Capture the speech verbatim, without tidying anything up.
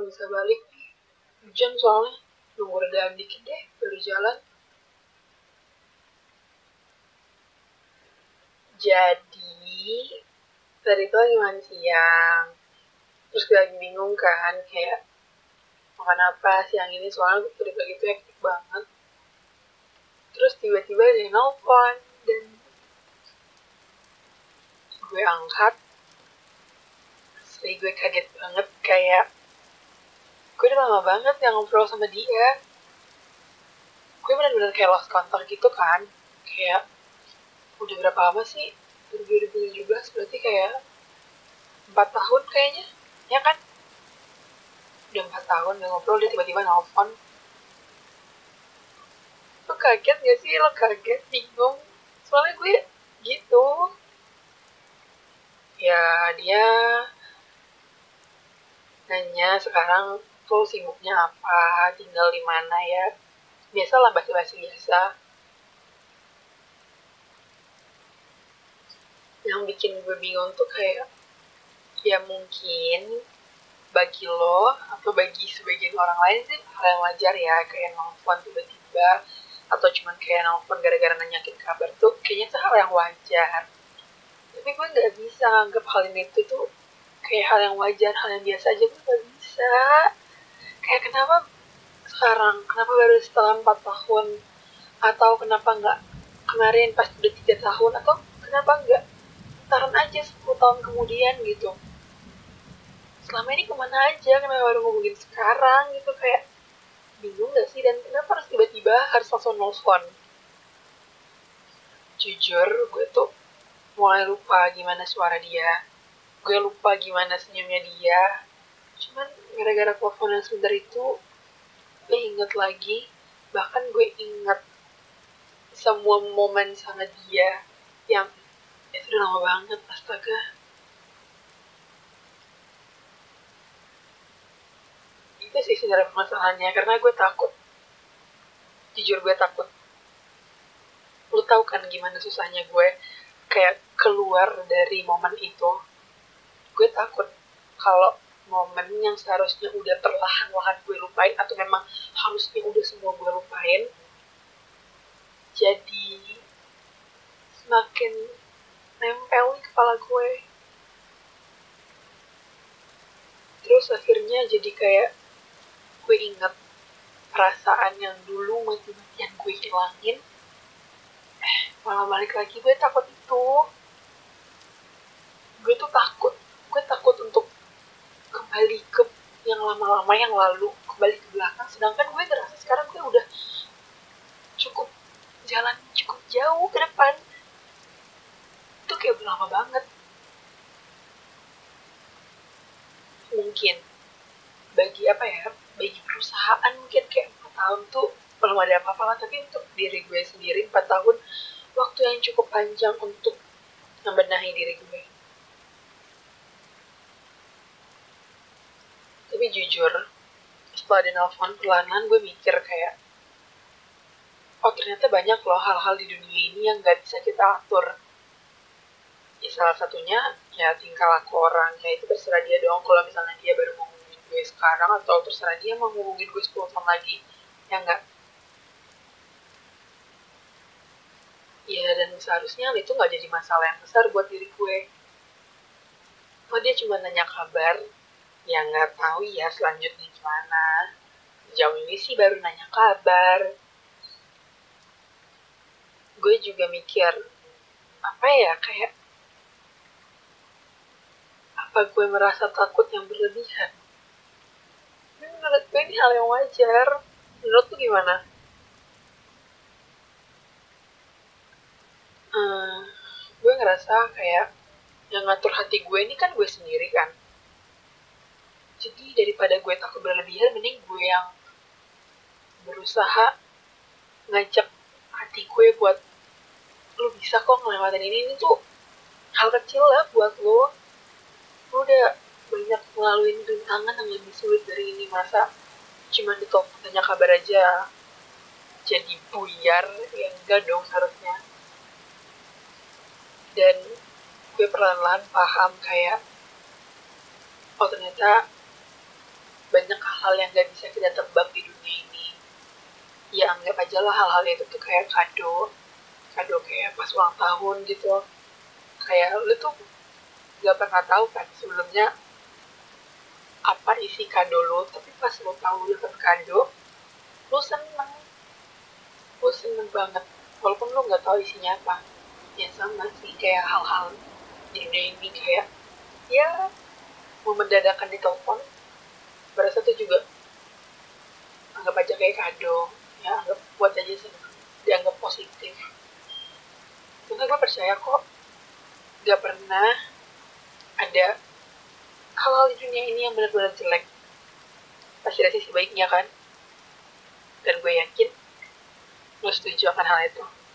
bisa balik. Hujan soalnya, nunggu redaan dikit deh, baru jalan. Jadi, tadi tuh lagi makan siang. Terus gue lagi bingung kan, kayak makan apa siang ini, soalnya gue tadi pagi tuh hektik banget. Terus tiba-tiba dia nelfon, dan gue angkat. Terus gue kaget banget, kayak gue udah lama banget gak ngobrol sama dia. Gue bener-bener kayak lost contact gitu kan. Kayak, udah berapa lama sih? dua ribu tujuh belas berarti kayak empat tahun kayaknya. Ya kan? Udah empat tahun gak ngobrol, dia tiba-tiba nelfon. Lo kaget gak sih? Lo kaget, bingung. Soalnya gue gitu. Ya, dia nanya sekarang tuh sibuknya apa, tinggal di mana ya. Biasalah basa-basi biasa. Yang bikin gue bingung tuh kayak, ya mungkin bagi lo atau bagi sebagian orang lain sih hal yang wajar ya, kayak nelfon tiba-tiba atau cuman kayak nelfon gara-gara nanyakin kabar tuh kayaknya tuh hal yang wajar. Tapi gue nggak bisa anggap hal ini itu tuh kayak hal yang wajar, hal yang biasa aja. Gue nggak bisa. Kayak kenapa sekarang, kenapa baru setelah empat tahun, atau kenapa nggak kemarin pas udah tiga tahun, atau kenapa nggak taruh aja sepuluh tahun kemudian gitu. Selama ini kemana aja, kenapa baru ngomongin sekarang gitu, kayak bingung gak sih, dan kenapa harus tiba-tiba harus langsung nelfon. Jujur, gue tuh mulai lupa gimana suara dia, gue lupa gimana senyumnya dia. Cuman gara-gara telepon yang sebentar itu, gue inget lagi, bahkan gue inget semua momen sama dia yang itu udah lama banget, astaga. Itu sih sebenarnya masalahnya, karena gue takut. Jujur gue takut. Lu tahu kan gimana susahnya gue kayak keluar dari momen itu. Gue takut kalau momen yang seharusnya udah perlahan-lahan gue lupain, atau memang harusnya udah semua gue lupain, jadi semakin nempel di kepala gue. Terus akhirnya jadi kayak gue inget perasaan yang dulu mati-matian gue hilangin, eh malah balik lagi. Gue takut itu. Gue tuh takut. Gue takut untuk kembali ke yang lama-lama yang lalu, kembali ke belakang. Sedangkan gue ngerasa sekarang gue udah cukup jalan cukup jauh ke depan. Itu kayak udah lama banget. Mungkin bagi apa ya, bagi perusahaan mungkin kayak empat tahun tuh belum ada apa-apa lah, tapi untuk diri gue sendiri empat tahun waktu yang cukup panjang untuk membenahi diri gue. Tapi jujur, setelah di nelfon perlahan gue mikir kayak, oh ternyata banyak loh hal-hal di dunia ini yang gak bisa kita atur. Ya salah satunya ya tingkah laku orang, ya itu terserah dia dong. Kalau misalnya dia baru mau ngomongin gue sekarang, atau terserah dia mau ngomongin gue sepuluh tahun lagi, ya enggak. Ya dan seharusnya itu gak jadi masalah yang besar buat diri gue. Oh dia cuma nanya kabar, ya gak tahu ya selanjutnya gimana. Jauh ini sih baru nanya kabar. Gue juga mikir, apa ya, kayak apa gue merasa takut yang berlebihan. Ini menurut gue ini hal yang wajar. Menurut tuh gimana? Hmm, gue ngerasa kayak yang ngatur hati gue ini kan gue sendiri kan. Jadi daripada gue takut berlebihan, mending gue yang berusaha ngajak hati gue buat, lu bisa kok ngelewatin ini. Ini tuh hal kecil lah buat lo. Lo udah banyak ngelaluin rintangan yang lebih sulit dari ini. Masa cuma ditelepon tanya kabar aja jadi buyar? Ya enggak dong seharusnya. Dan gue perlahan-lahan paham kayak, oh ternyata banyak hal yang gak bisa kita tebak di dunia ini. Ya anggap aja lah hal-hal itu tuh kayak kado, kado kayak pas ulang tahun gitu. Kayak lu tuh gak pernah tahu kan sebelumnya apa isi kado lo, tapi pas lo tahu lu dapet kado, lo seneng, lo seneng banget, walaupun lo nggak tahu isinya apa. Ya sama sih kayak hal-hal di dunia ini, kayak ya mau mendadakan di telepon, berasa tuh juga anggap aja kayak kado, ya anggap buat aja seneng, dianggap positif. Karena gue percaya kok gak pernah ada hal-hal di dunia ini yang benar-benar jelek, pasti ada sisi baiknya kan. Dan gue yakin lo setuju akan hal itu.